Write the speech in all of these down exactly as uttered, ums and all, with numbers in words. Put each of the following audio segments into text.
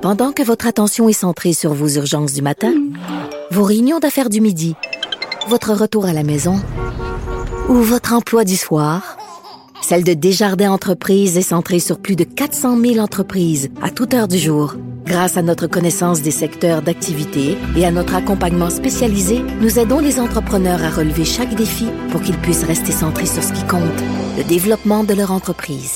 Pendant que votre attention est centrée sur vos urgences du matin, vos réunions d'affaires du midi, votre retour à la maison ou votre emploi du soir, celle de Desjardins Entreprises est centrée sur plus de quatre cent mille entreprises à toute heure du jour. Grâce à notre connaissance des secteurs d'activité et à notre accompagnement spécialisé, nous aidons les entrepreneurs à relever chaque défi pour qu'ils puissent rester centrés sur ce qui compte, le développement de leur entreprise.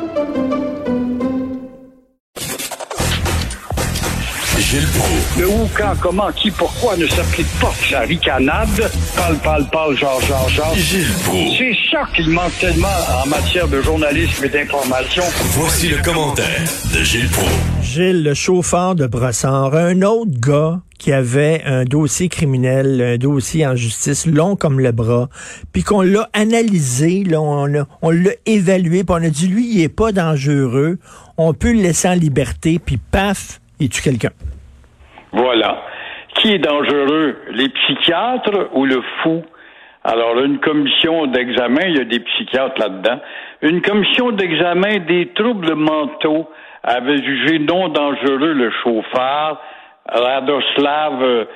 Gilles Proulx. Le où, quand, comment, qui, pourquoi ne s'applique pas sa ricanade. Parle, parle, parle, genre, genre, genre. Gilles Proulx. C'est ça qu'il manque tellement en matière de journalisme et d'information. Voici le commentaire de Gilles Proulx. Gilles, le chauffeur de Brossard, un autre gars qui avait un dossier criminel, un dossier en justice long comme le bras, puis qu'on l'a analysé, là, on l'a, on l'a évalué, puis on a dit, lui, il est pas dangereux, on peut le laisser en liberté, puis paf, il tue quelqu'un. Voilà. Qui est dangereux, les psychiatres ou le fou? Alors, une commission d'examen, il y a des psychiatres là-dedans, une commission d'examen des troubles mentaux avait jugé non dangereux le chauffeur, Radoslav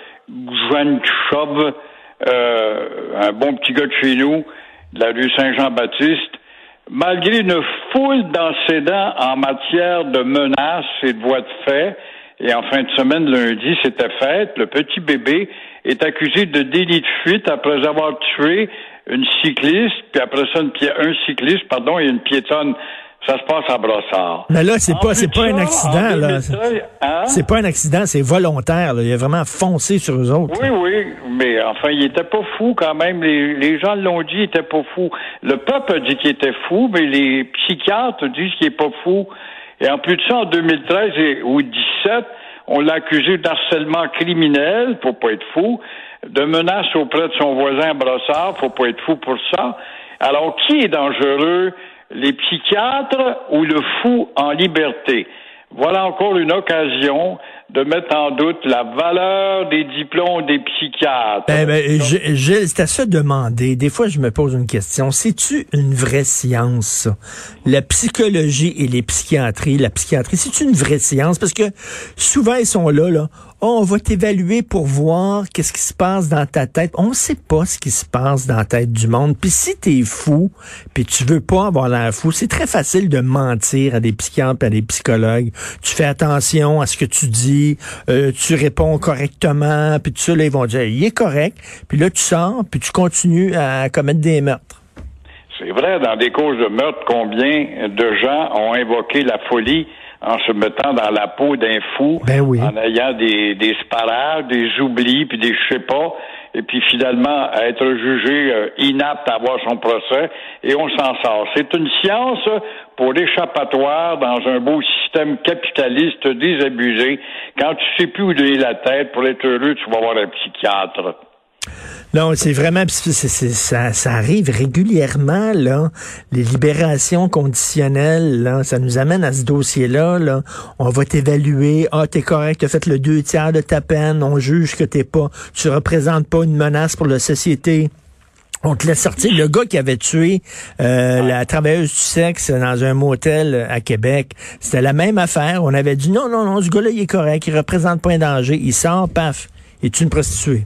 Gouanchov, euh, un bon petit gars de chez nous, de la rue Saint-Jean-Baptiste, malgré une foule d'antécédents en matière de menaces et de voies de fait. Et en fin de semaine, lundi, c'était fait. Le petit bébé est accusé de délit de fuite après avoir tué une cycliste, puis après ça, une pi- un cycliste, pardon, et une piétonne. Ça se passe à Brossard. Mais là, c'est en pas, c'est pas un ça, accident, là. Hein? C'est pas un accident, c'est volontaire, là. Il a vraiment foncé sur eux autres. Oui, oui, mais enfin, il était pas fou quand même. Les, les gens l'ont dit, il était pas fou. Le peuple a dit qu'il était fou, mais les psychiatres disent qu'il est pas fou. Et en plus de ça, en deux mille treize et, ou dix-sept, on l'a accusé d'harcèlement criminel, faut pas être fou, de menaces auprès de son voisin à Brossard, faut pas être fou pour ça. Alors, qui est dangereux? Les psychiatres ou le fou en liberté? Voilà encore une occasion de mettre en doute la valeur des diplômes des psychiatres. Ben, ben, Gilles, c'est à se demander. Des fois, je me pose une question. C'est-tu une vraie science, ça? La psychologie et les psychiatries, la psychiatrie, c'est une vraie science? Parce que souvent, ils sont là, là. Oh, on va t'évaluer pour voir qu'est-ce qui se passe dans ta tête. On sait pas ce qui se passe dans la tête du monde. Puis si t'es fou, puis tu veux pas avoir l'air fou, c'est très facile de mentir à des psychiatres et à des psychologues. Tu fais attention à ce que tu dis, euh, tu réponds correctement, puis tout ça, là, ils vont dire, il est correct. Puis là, tu sors, puis tu continues à commettre des meurtres. C'est vrai, dans des causes de meurtre, combien de gens ont invoqué la folie en se mettant dans la peau d'un fou, ben oui. En ayant des, des sparages, des oublis, puis des je sais pas, et puis finalement à être jugé euh, inapte à avoir son procès, et on s'en sort. C'est une science pour l'échappatoire dans un beau système capitaliste désabusé. Quand tu sais plus où donner la tête, pour être heureux, tu vas voir un psychiatre. Non, c'est vraiment, c'est, c'est, ça, ça arrive régulièrement, là. Les libérations conditionnelles, là, ça nous amène à ce dossier-là, là. On va t'évaluer. Ah, t'es correct, t'as fait le deux tiers de ta peine. On juge que t'es pas, tu représentes pas une menace pour la société. On te laisse sortir. Le gars qui avait tué euh, la travailleuse du sexe dans un motel à Québec, c'était la même affaire. On avait dit non, non, non, ce gars-là, il est correct, il représente pas un danger. Il sort, paf, il tue une prostituée.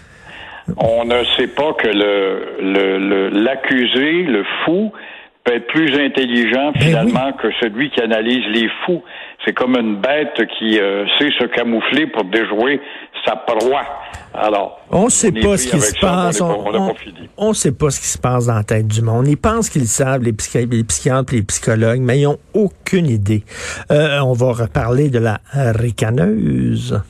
On ne sait pas que le, le, le l'accusé, le fou, peut être plus intelligent ben finalement oui. que celui qui analyse les fous. C'est comme une bête qui euh, sait se camoufler pour déjouer sa proie. Alors, on ne sait pas ce qui se passe. On ne sait pas ce qui se passe dans la tête du monde. Ils pensent qu'ils savent, les, psychi- les psychiatres, les psychologues, mais ils n'ont aucune idée. Euh, on va reparler de la ricaneuse.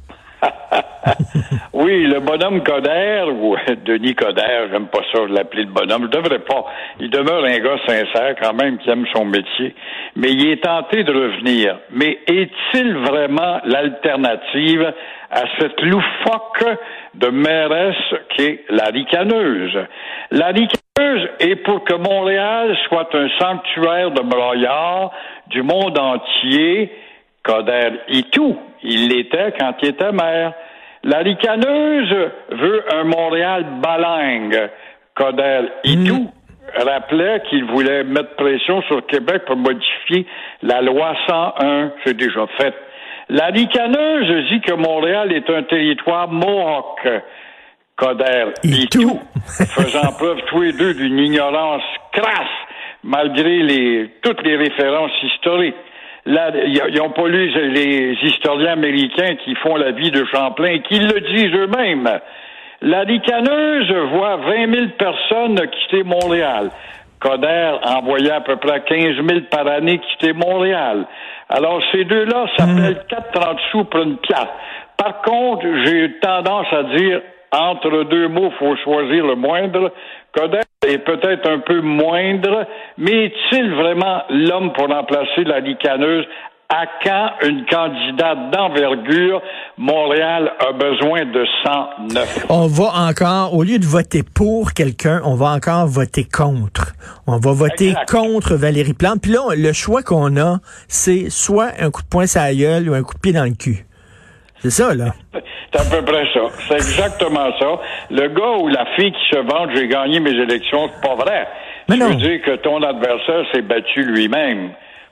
Oui, le bonhomme Coderre, ou Denis Coderre, j'aime pas ça, je l'appelais le bonhomme, je devrais pas. Il demeure un gars sincère quand même qui aime son métier, mais il est tenté de revenir. Mais est-il vraiment l'alternative à cette loufoque de mairesse qui est la ricaneuse? La ricaneuse est pour que Montréal soit un sanctuaire de braillards du monde entier. Coderre et tout, il l'était quand il était maire. La ricaneuse veut un Montréal balingue. Coderre et mmh. tout rappelait qu'il voulait mettre pression sur Québec pour modifier la loi cent un. C'est déjà fait. La ricaneuse dit que Montréal est un territoire mohawk. Coder et tout, tout. faisant preuve tous les deux d'une ignorance crasse, malgré les toutes les références historiques. Là, ils n'ont pas lu les historiens américains qui font la vie de Champlain et qui le disent eux-mêmes. La ricaneuse voit vingt mille personnes quitter Montréal. Coder envoyait à peu près quinze mille par année quitter Montréal. Alors, ces deux-là s'appellent quatre trente sous pour une pièce. Par contre, j'ai tendance à dire, entre deux mots, il faut choisir le moindre. Coder est peut-être un peu moindre, mais est-il vraiment l'homme pour remplacer la ricaneuse? À quand une candidate d'envergure? Montréal a besoin de cent neuf. On va encore, au lieu de voter pour quelqu'un, on va encore voter contre. On va voter exact. contre Valérie Plante. Puis là, le choix qu'on a, c'est soit un coup de poing sur la gueule ou un coup de pied dans le cul. C'est ça, là. C'est à peu près ça. C'est exactement ça. Le gars ou la fille qui se vante, j'ai gagné mes élections, c'est pas vrai. Mais non. Je veux dire que ton adversaire s'est battu lui-même.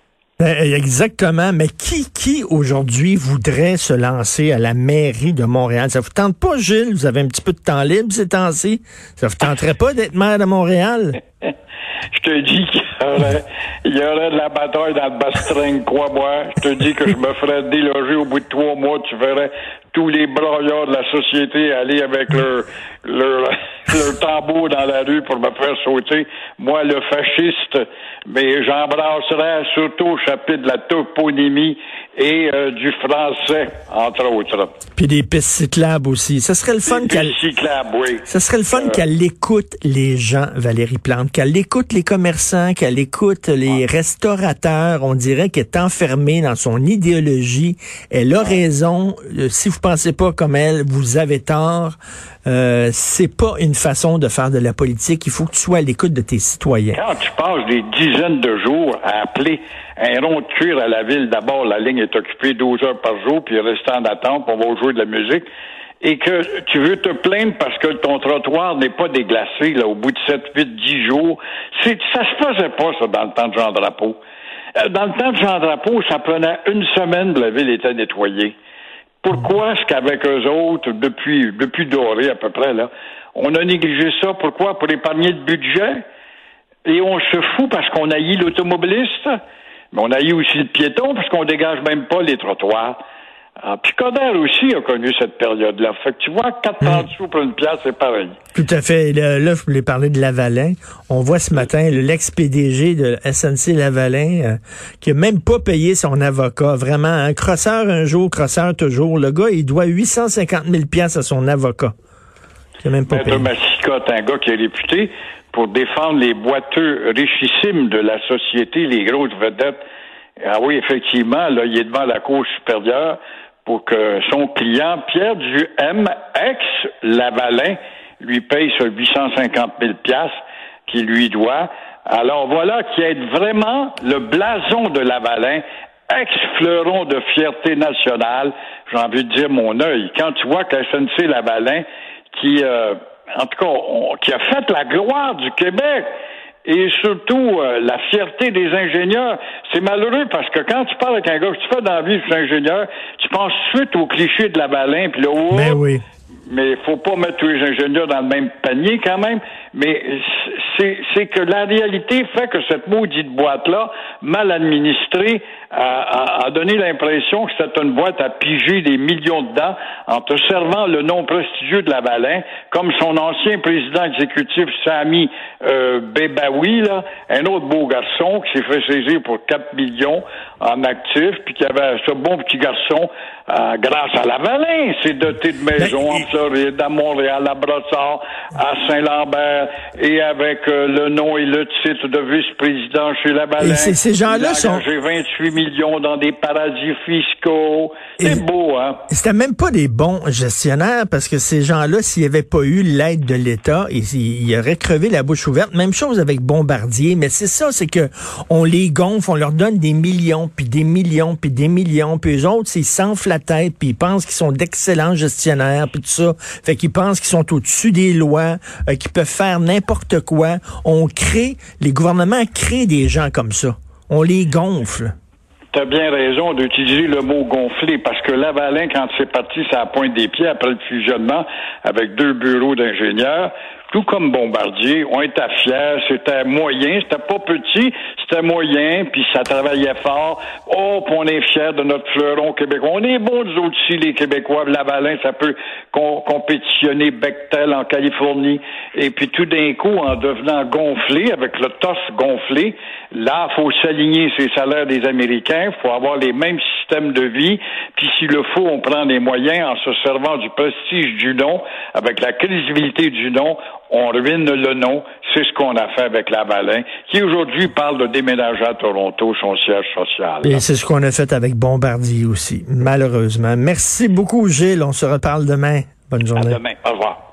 Exactement. Mais qui, qui aujourd'hui voudrait se lancer à la mairie de Montréal? Ça vous tente pas, Gilles? Vous avez un petit peu de temps libre ces temps-ci? Ça vous tenterait pas d'être maire de Montréal? Je te dis qu'il y aurait, il y aurait de la bataille dans le bastring, quoi, moi. Je te dis que je me ferais déloger au bout de trois mois. Tu verrais tous les broyards de la société aller avec leur, leur, leur tambour dans la rue pour me faire sauter. Moi, le fasciste, mais j'embrasserais surtout au chapitre de la toponymie et euh, du français, entre autres. Puis des pistes cyclables aussi. Ça serait le fun qu'elle... Des pistes cyclables, oui. Ça serait le fun euh... qu'elle écoute les gens, Valérie Plante, qu'elle écoute les commerçants, qu'elle écoute les ah. restaurateurs. On dirait qu'elle est enfermée dans son idéologie. Elle a ah. raison. Si vous pensez pas comme elle, vous avez tort. Euh, c'est pas une façon de faire de la politique. Il faut que tu sois à l'écoute de tes citoyens. Quand tu passes des dizaines de jours à appeler un rond de cuir à la ville, d'abord, la ligne est occupée douze heures par jour, puis reste en attente, puis on va jouer de la musique, et que tu veux te plaindre parce que ton trottoir n'est pas déglacé, là, au bout de sept, huit, dix jours. C'est, ça se faisait pas, ça, dans le temps de Jean Drapeau. Dans le temps de Jean Drapeau, ça prenait une semaine, la ville était nettoyée. Pourquoi est-ce qu'avec eux autres, depuis, depuis Doré à peu près, là, on a négligé ça? Pourquoi? Pour épargner le budget? Et on se fout parce qu'on haït l'automobiliste? Mais on haït aussi le piéton parce qu'on dégage même pas les trottoirs. Ah, puis Coder aussi a connu cette période-là. Fait que tu vois, quatre trente sous pour une pièce, c'est pareil. Tout à fait. Là, là, je voulais parler de Lavalin. On voit ce matin le, l'ex-P D G de S N C Lavalin euh, qui a même pas payé son avocat. Vraiment, un crosseur un jour, crosseur toujours. Le gars, il doit huit cent cinquante mille pièces à son avocat. Il a même pas payé. Maître Massicotte, un gars qui est réputé pour défendre les boiteux richissimes de la société, les grosses vedettes. Ah oui, effectivement, là, il est devant la Cour supérieure pour que son client, Pierre Duhem, ex-Lavalin, lui paye ce huit cent cinquante mille piastres qu'il lui doit. Alors voilà qui est vraiment le blason de Lavalin, ex-fleuron de fierté nationale. J'ai envie de dire mon œil. Quand tu vois que la S N C Lavalin, qui, euh, en tout cas, on, qui a fait la gloire du Québec, et surtout, euh, la fierté des ingénieurs, c'est malheureux parce que quand tu parles avec un gars que tu fais dans la vie de ingénieur, tu penses tout de suite au cliché de Lavalin, puis là, oh, mais oui. Mais il faut pas mettre tous les ingénieurs dans le même panier quand même. Mais c'est, c'est que la réalité fait que cette maudite boîte-là, mal administrée, a, a, a donné l'impression que c'était une boîte à piger des millions dedans en te servant le nom prestigieux de Lavalin, comme son ancien président exécutif Sami euh, Bebaoui, là, un autre beau garçon qui s'est fait saisir pour quatre millions en actifs, puis qui avait ce bon petit garçon, euh, grâce à Lavalin, s'est doté de maisons en Floride, à Montréal, à Brossard, à Saint-Lambert, et avec euh, le nom et le titre de vice-président chez Lavalin. Et c'est, ces gens-là sont... J'ai vingt-huit millions dans des paradis fiscaux. C'est et beau, hein? C'était même pas des bons gestionnaires, parce que ces gens-là, s'il n'y avait pas eu l'aide de l'État, ils, ils auraient crevé la bouche ouverte. Même chose avec Bombardier, mais c'est ça, c'est que on les gonfle, on leur donne des millions, puis des millions, puis des millions, puis eux autres, ils s'enflent la tête, puis ils pensent qu'ils sont d'excellents gestionnaires, puis tout ça. Fait qu'ils pensent qu'ils sont au-dessus des lois, euh, qu'ils peuvent faire n'importe quoi. On crée, les gouvernements créent des gens comme ça. On les gonfle. tu as bien raison d'utiliser le mot gonflé, parce que Lavalin, quand c'est parti, ça a pointe des pieds après le fusionnement avec deux bureaux d'ingénieurs, tout comme Bombardier, on était fiers, c'était moyen, c'était pas petit, c'était moyen, puis ça travaillait fort. Oh, puis on est fiers de notre fleuron québécois. On est bons, nous autres aussi, les Québécois. Lavalin, ça peut com- compétitionner Bechtel en Californie. Et puis tout d'un coup, en devenant gonflé, avec le torse gonflé, là, il faut s'aligner sur les salaires des Américains, il faut avoir les mêmes systèmes de vie, puis s'il le faut, on prend les moyens en se servant du prestige du nom, avec la crédibilité du nom, on ruine le nom. C'est ce qu'on a fait avec Lavalin, qui aujourd'hui parle de déménager à Toronto, son siège social. Et c'est ce qu'on a fait avec Bombardier aussi, malheureusement. Merci beaucoup, Gilles. On se reparle demain. Bonne journée. À demain. Au revoir.